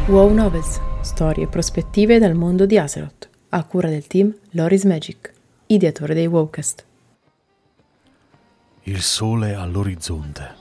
WoW Novels, storie e prospettive dal mondo di Azeroth, a cura del team Loris Magic, ideatore dei WoWcast. Il sole all'orizzonte.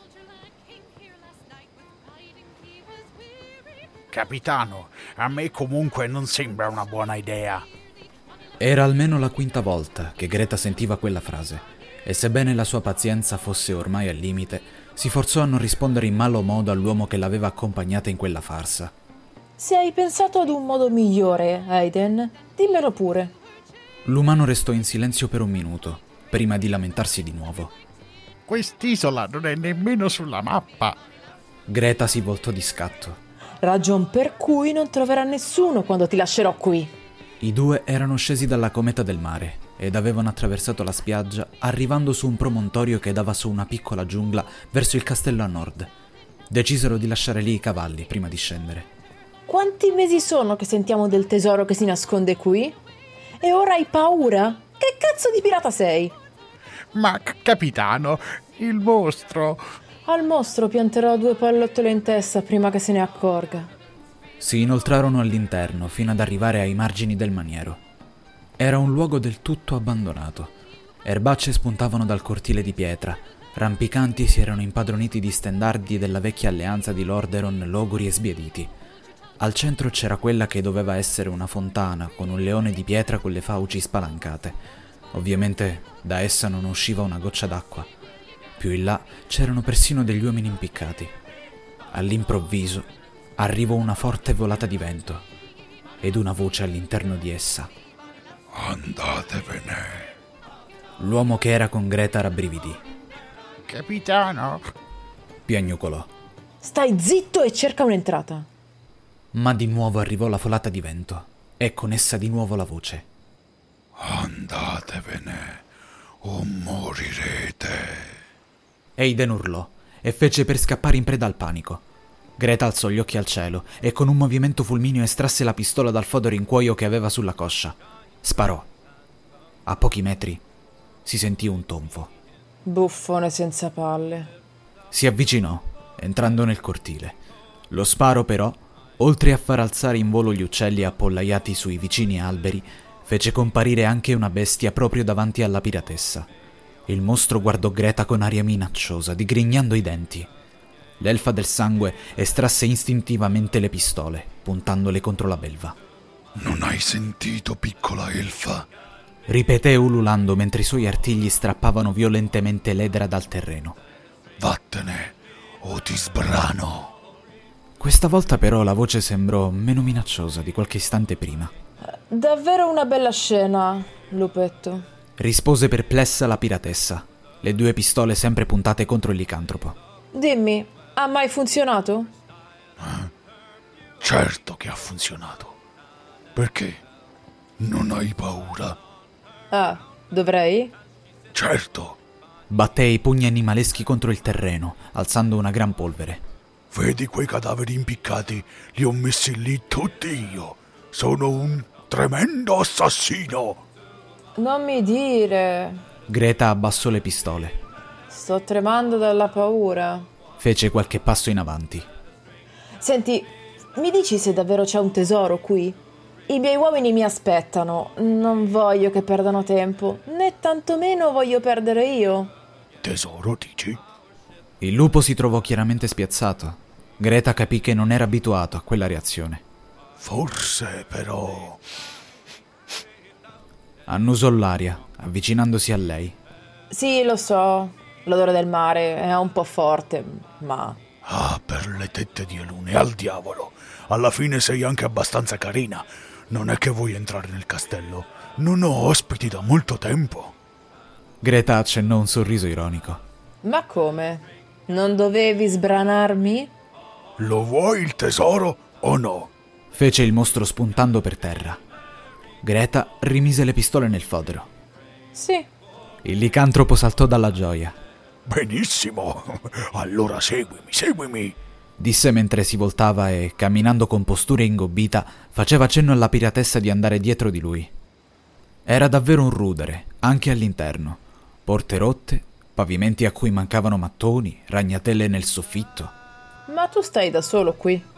Capitano, a me comunque non sembra una buona idea. Era almeno la quinta volta che Greta sentiva quella frase, e sebbene la sua pazienza fosse ormai al limite, si forzò a non rispondere in malo modo all'uomo che l'aveva accompagnata in quella farsa. Se hai pensato ad un modo migliore, Aiden, dimmelo pure. L'umano restò in silenzio per un minuto, prima di lamentarsi di nuovo. Quest'isola non è nemmeno sulla mappa. Greta si voltò di scatto. Ragion per cui non troverà nessuno quando ti lascerò qui. I due erano scesi dalla cometa del mare ed avevano attraversato la spiaggia, arrivando su un promontorio che dava su una piccola giungla verso il castello a nord. Decisero di lasciare lì i cavalli prima di scendere. Quanti mesi sono che sentiamo del tesoro che si nasconde qui? E ora hai paura? Che cazzo di pirata sei? Ma, capitano, il mostro... Al mostro pianterò 2 pallottole in testa prima che se ne accorga. Si inoltrarono all'interno fino ad arrivare ai margini del maniero. Era un luogo del tutto abbandonato. Erbacce spuntavano dal cortile di pietra. Rampicanti si erano impadroniti di stendardi della vecchia alleanza di Lordaeron logori e sbiaditi. Al centro c'era quella che doveva essere una fontana con un leone di pietra con le fauci spalancate. Ovviamente da essa non usciva una goccia d'acqua. Più in là c'erano persino degli uomini impiccati. All'improvviso arrivò una forte volata di vento ed una voce all'interno di essa. Andatevene. L'uomo che era con Greta rabbrividì. Capitano... Piagnucolò. Stai zitto e cerca un'entrata. Ma di nuovo arrivò la folata di vento e con essa di nuovo la voce. Andatevene o morirete. Aiden urlò e fece per scappare in preda al panico. Greta alzò gli occhi al cielo e con un movimento fulmineo estrasse la pistola dal fodero in cuoio che aveva sulla coscia. Sparò. A pochi metri si sentì un tonfo. Buffone senza palle. Si avvicinò, entrando nel cortile. Lo sparo però, oltre a far alzare in volo gli uccelli appollaiati sui vicini alberi, fece comparire anche una bestia proprio davanti alla piratessa. Il mostro guardò Greta con aria minacciosa, digrignando i denti. L'elfa del sangue estrasse istintivamente le pistole, puntandole contro la belva. Non hai sentito, piccola elfa? Ripeté ululando mentre i suoi artigli strappavano violentemente l'edera dal terreno. Vattene, o ti sbrano. Questa volta però la voce sembrò meno minacciosa di qualche istante prima. Davvero una bella scena, lupetto. Rispose perplessa la piratessa, le 2 pistole sempre puntate contro il licantropo. Dimmi, ha mai funzionato? Certo che ha funzionato. Perché? Non hai paura? Ah, dovrei? Certo. Batté i pugni animaleschi contro il terreno, alzando una gran polvere. Vedi quei cadaveri impiccati? Li ho messi lì tutti io. Sono un tremendo assassino. Non mi dire. Greta abbassò le pistole. Sto tremando dalla paura. Fece qualche passo in avanti. Senti, mi dici se davvero c'è un tesoro qui? I miei uomini mi aspettano. Non voglio che perdano tempo, né tantomeno voglio perdere io. Tesoro, dici? Il lupo si trovò chiaramente spiazzato. Greta capì che non era abituato a quella reazione. Forse, però... Annusò l'aria, avvicinandosi a lei. Sì, lo so. L'odore del mare è un po' forte, ma... Ah, per le tette di Elune, al diavolo. Alla fine sei anche abbastanza carina. Non è che vuoi entrare nel castello? Non ho ospiti da molto tempo. Greta accennò un sorriso ironico. Ma come? Non dovevi sbranarmi? Lo vuoi il tesoro o no? Fece il mostro spuntando per terra. Greta rimise le pistole nel fodero. Sì. Il licantropo saltò dalla gioia. Benissimo, allora seguimi, disse mentre si voltava e, camminando con postura ingobbita, faceva cenno alla piratessa di andare dietro di lui. Era davvero un rudere, anche all'interno. Porte rotte, pavimenti a cui mancavano mattoni, ragnatele nel soffitto. Ma tu stai da solo qui?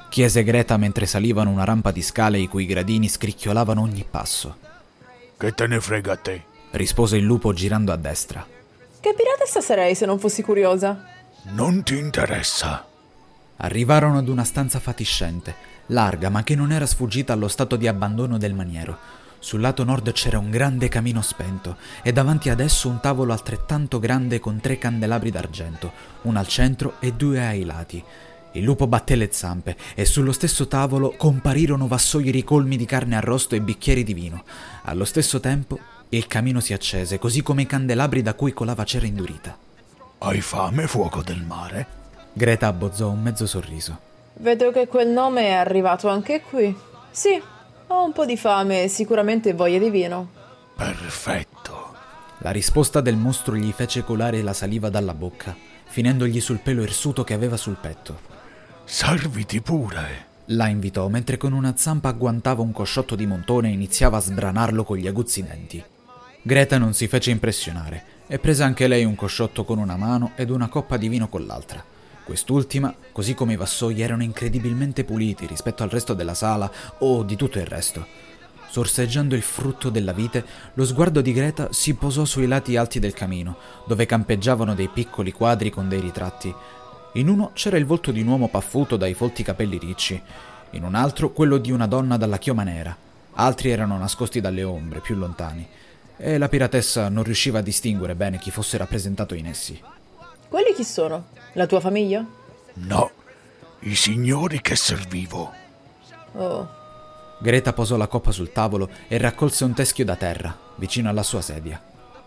chiese Greta mentre salivano una rampa di scale i cui gradini scricchiolavano ogni passo. Che te ne frega a te? Rispose il lupo girando a destra. Che piratessa sarei se non fossi curiosa? Non ti interessa. Arrivarono ad una stanza fatiscente, larga ma che non era sfuggita allo stato di abbandono del maniero. Sul lato nord c'era un grande camino spento e davanti ad esso un tavolo altrettanto grande con 3 candelabri d'argento, uno al centro e 2 ai lati. Il lupo batté le zampe e sullo stesso tavolo comparirono vassoi ricolmi di carne arrosto e bicchieri di vino. Allo stesso tempo il camino si accese, così come i candelabri da cui colava cera indurita. Hai fame, fuoco del mare? Greta abbozzò un mezzo sorriso. Vedo che quel nome è arrivato anche qui. Sì, ho un po' di fame e sicuramente voglia di vino. Perfetto. La risposta del mostro gli fece colare la saliva dalla bocca, finendogli sul pelo irsuto che aveva sul petto. Serviti pure. La invitò mentre con una zampa agguantava un cosciotto di montone e iniziava a sbranarlo con gli aguzzi denti. Greta non si fece impressionare e prese anche lei un cosciotto con una mano ed una coppa di vino con l'altra. Quest'ultima, così come i vassoi, erano incredibilmente puliti rispetto al resto della sala o di tutto il resto. Sorseggiando il frutto della vite, lo sguardo di Greta si posò sui lati alti del camino, dove campeggiavano dei piccoli quadri con dei ritratti. In uno c'era il volto di un uomo paffuto dai folti capelli ricci, in un altro quello di una donna dalla chioma nera. Altri erano nascosti dalle ombre, più lontani, e la piratessa non riusciva a distinguere bene chi fosse rappresentato in essi. Quelli chi sono? La tua famiglia? No, i signori che servivo. Oh, Greta posò la coppa sul tavolo e raccolse un teschio da terra, vicino alla sua sedia.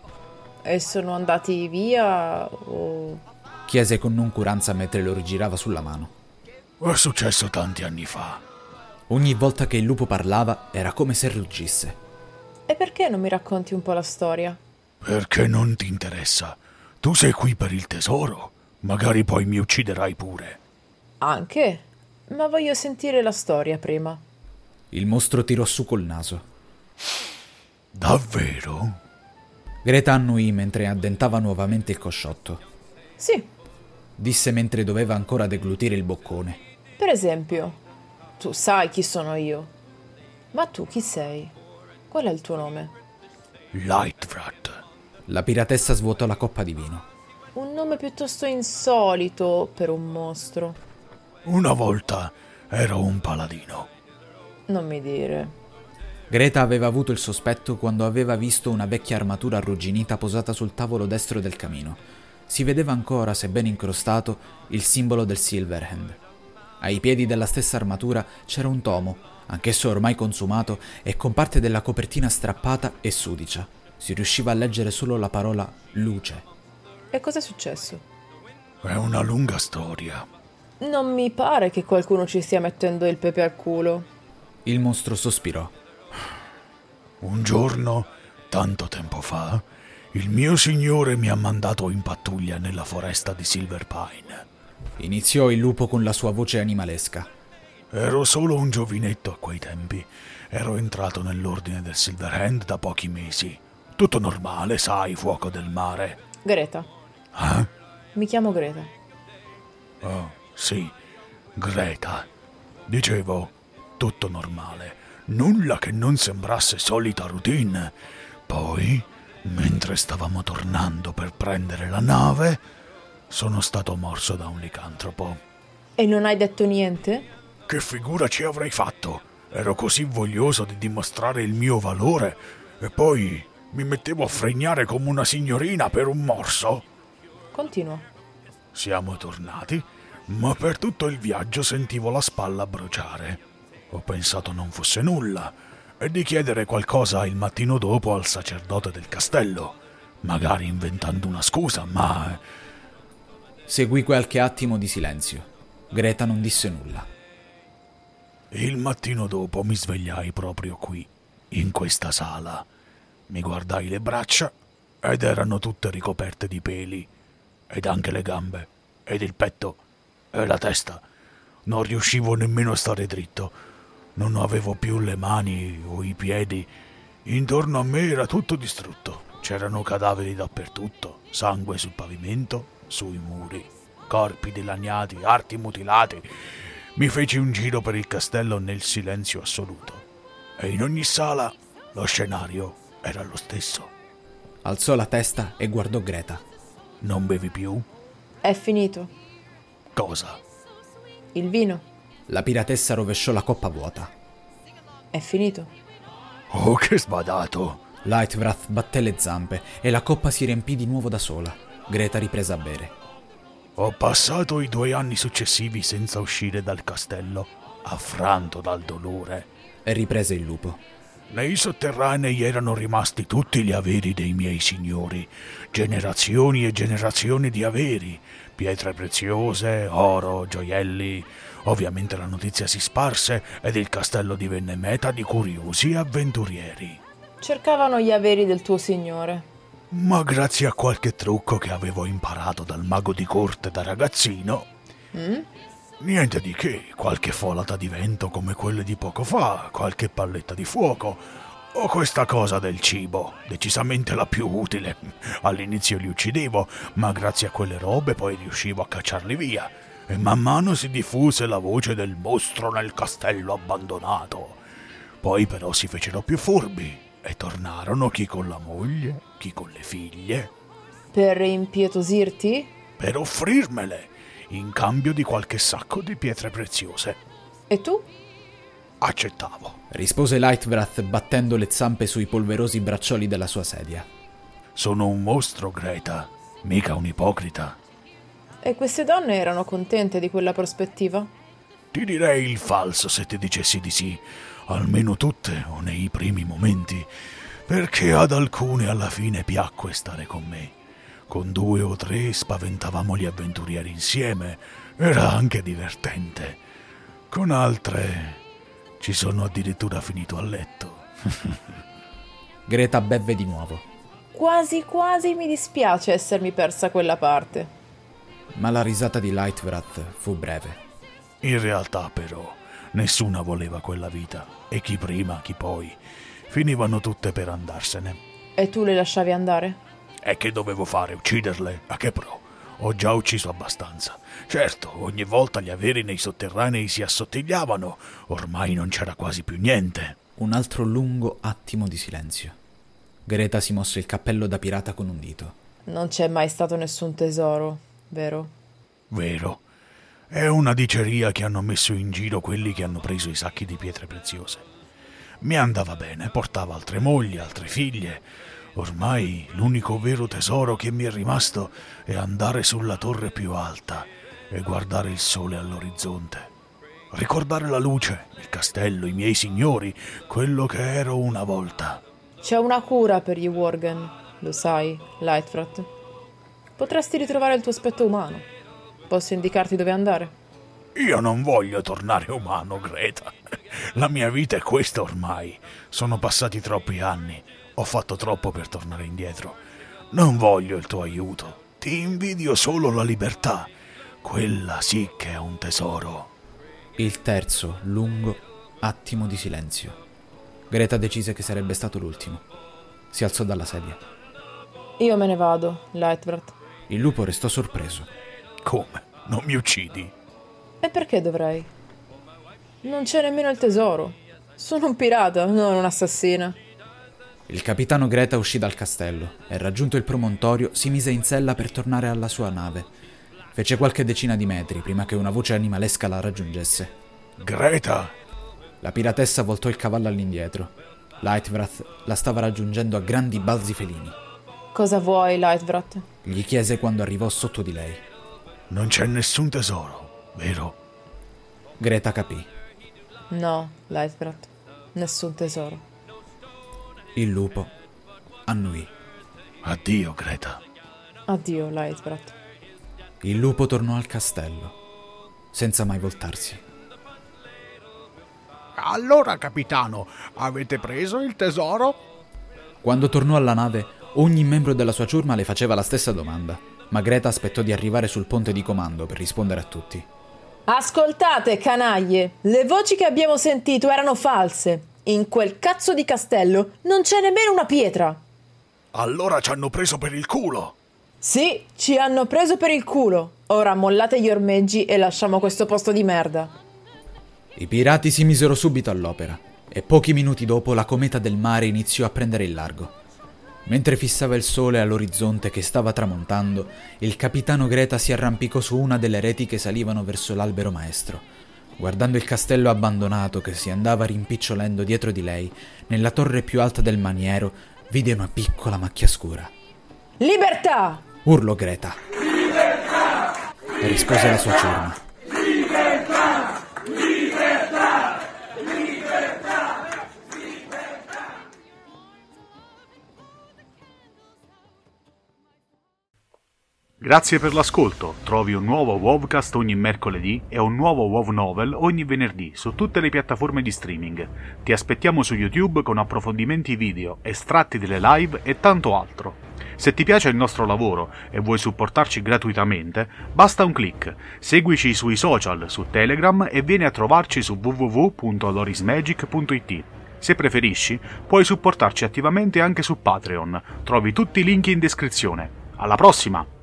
e sono andati via o... Chiese con noncuranza mentre lo rigirava sulla mano. È successo tanti anni fa. Ogni volta che il lupo parlava era come se ruggisse. E perché non mi racconti un po' la storia? Perché non ti interessa. Tu sei qui per il tesoro. Magari poi mi ucciderai pure. Anche? Ma voglio sentire la storia prima. Il mostro tirò su col naso. Davvero? Greta annuì mentre addentava nuovamente il cosciotto. Sì, Disse mentre doveva ancora deglutire il boccone. per esempio, tu sai chi sono io. Ma tu chi sei? Qual è il tuo nome? Lightrat. La piratessa svuotò la coppa di vino. Un nome piuttosto insolito per un mostro. Una volta ero un paladino. Non mi dire. Greta aveva avuto il sospetto quando aveva visto una vecchia armatura arrugginita posata sul tavolo destro del camino. Si vedeva ancora, sebbene incrostato, il simbolo del Silverhand. Ai piedi della stessa armatura c'era un tomo, anch'esso ormai consumato e con parte della copertina strappata e sudicia. Si riusciva a leggere solo la parola luce. E cosa è successo? È una lunga storia. Non mi pare che qualcuno ci stia mettendo il pepe al culo. Il mostro sospirò. Un giorno, tanto tempo fa, il mio signore mi ha mandato in pattuglia nella foresta di Silver Pine. Iniziò il lupo con la sua voce animalesca. Ero solo un giovinetto a quei tempi. Ero entrato nell'ordine del Silverhand da pochi mesi. Tutto normale, sai, fuoco del mare. Greta. Eh? Mi chiamo Greta. Oh, sì, Greta. Dicevo, tutto normale. Nulla che non sembrasse solita routine. Poi, mentre stavamo tornando per prendere la nave, sono stato morso da un licantropo. E non hai detto niente? Che figura ci avrei fatto? Ero così voglioso di dimostrare il mio valore e poi mi mettevo a fregnare come una signorina per un morso. Continua. Siamo tornati, ma per tutto il viaggio sentivo la spalla bruciare. Ho pensato non fosse nulla e di chiedere qualcosa il mattino dopo al sacerdote del castello, magari inventando una scusa, ma... Seguì qualche attimo di silenzio. Greta non disse nulla. Il mattino dopo mi svegliai proprio qui, in questa sala. Mi guardai le braccia ed erano tutte ricoperte di peli, ed anche le gambe, ed il petto, e la testa. Non riuscivo nemmeno a stare dritto. Non avevo più le mani o i piedi. Intorno a me era tutto distrutto. C'erano cadaveri dappertutto, sangue sul pavimento, sui muri, corpi dilaniati, arti mutilati. Mi feci un giro per il castello nel silenzio assoluto. E in ogni sala lo scenario era lo stesso. Alzò la testa e guardò Greta. Non bevi più? È finito. Cosa? Il vino. La piratessa rovesciò la coppa vuota. È finito. Oh, che sbadato! Lightwrath batté le zampe e la coppa si riempì di nuovo da sola. Greta riprese a bere. Ho passato i 2 anni successivi senza uscire dal castello, affranto dal dolore. E riprese il lupo. Nei sotterranei erano rimasti tutti gli averi dei miei signori, generazioni e generazioni di averi, pietre preziose, oro, gioielli. Ovviamente la notizia si sparse ed il castello divenne meta di curiosi avventurieri. Cercavano gli averi del tuo signore. Ma grazie a qualche trucco che avevo imparato dal mago di corte da ragazzino, niente di che, qualche folata di vento come quelle di poco fa, qualche palletta di fuoco, o questa cosa del cibo, decisamente la più utile. All'inizio li uccidevo, ma grazie a quelle robe poi riuscivo a cacciarli via, e man mano si diffuse la voce del mostro nel castello abbandonato. Poi però si fecero più furbi, e tornarono chi con la moglie, chi con le figlie. Per impietosirti? Per offrirmele, in cambio di qualche sacco di pietre preziose. E tu? Accettavo. Rispose Lightwrath battendo le zampe sui polverosi braccioli della sua sedia. Sono un mostro, Greta, mica un ipocrita. E queste donne erano contente di quella prospettiva? Ti direi il falso se ti dicessi di sì, almeno tutte o nei primi momenti, perché ad alcune alla fine piacque stare con me. Con 2 o 3 spaventavamo gli avventurieri insieme, era anche divertente. Con altre ci sono addirittura finito a letto. Greta bevve di nuovo. Quasi quasi mi dispiace essermi persa quella parte. Ma la risata di Lightwrath fu breve. In realtà però nessuna voleva quella vita, e chi prima chi poi finivano tutte per andarsene. E tu le lasciavi andare? E che dovevo fare? Ucciderle? A che pro? Ho già ucciso abbastanza. Certo, ogni volta gli averi nei sotterranei si assottigliavano, ormai non c'era quasi più niente. Un altro lungo attimo di silenzio. Greta si mosse il cappello da pirata con un dito. Non c'è mai stato nessun tesoro, vero? Vero. È una diceria che hanno messo in giro quelli che hanno preso i sacchi di pietre preziose. Mi andava bene, portava altre mogli, altre figlie. Ormai l'unico vero tesoro che mi è rimasto è andare sulla torre più alta e guardare il sole all'orizzonte. Ricordare la luce, il castello, i miei signori, quello che ero una volta. C'è una cura per gli Worgen, lo sai, Lightwrath. Potresti ritrovare il tuo aspetto umano. Posso indicarti dove andare? Io non voglio tornare umano, Greta. La mia vita è questa ormai. Sono passati troppi anni. Ho fatto troppo per tornare indietro. Non voglio il tuo aiuto. Ti invidio solo la libertà. Quella sì che è un tesoro. Il terzo, lungo attimo di silenzio. Greta decise che sarebbe stato l'ultimo. Si alzò dalla sedia. Io me ne vado, Lightwrath. Il lupo restò sorpreso. Come? Non mi uccidi? E perché dovrei? Non c'è nemmeno il tesoro. Sono un pirata, non un'assassina. Il capitano Greta uscì dal castello e, raggiunto il promontorio, si mise in sella per tornare alla sua nave. Fece qualche decina di metri prima che una voce animalesca la raggiungesse. Greta! La piratessa voltò il cavallo all'indietro. Lightwrath la stava raggiungendo a grandi balzi felini. Cosa vuoi, Lightwrath? Gli chiese quando arrivò sotto di lei. Non c'è nessun tesoro, vero? Greta capì. No, Lightwrath. Nessun tesoro. Il lupo annuì. Addio, Greta. Addio, Lightwrath. Il lupo tornò al castello, senza mai voltarsi. Allora, capitano, avete preso il tesoro? Quando tornò alla nave, ogni membro della sua ciurma le faceva la stessa domanda, ma Greta aspettò di arrivare sul ponte di comando per rispondere a tutti. Ascoltate, canaglie! Le voci che abbiamo sentito erano false. In quel cazzo di castello non c'è nemmeno una pietra. Allora ci hanno preso per il culo. Sì, ci hanno preso per il culo. Ora mollate gli ormeggi e lasciamo questo posto di merda. I pirati si misero subito all'opera e pochi minuti dopo la cometa del mare iniziò a prendere il largo. Mentre fissava il sole all'orizzonte che stava tramontando, il capitano Greta si arrampicò su una delle reti che salivano verso l'albero maestro. Guardando il castello abbandonato che si andava rimpicciolendo dietro di lei, nella torre più alta del maniero, vide una piccola macchia scura. Libertà! Urlò Greta. Libertà! Rispose la sua ciurma. Libertà! Libertà! Libertà! Grazie per l'ascolto, trovi un nuovo Wovcast ogni mercoledì e un nuovo Wov Novel ogni venerdì su tutte le piattaforme di streaming. Ti aspettiamo su YouTube con approfondimenti video, estratti delle live e tanto altro. Se ti piace il nostro lavoro e vuoi supportarci gratuitamente, basta un click. Seguici sui social, su Telegram e vieni a trovarci su www.lorismagic.it. Se preferisci, puoi supportarci attivamente anche su Patreon. Trovi tutti i link in descrizione. Alla prossima!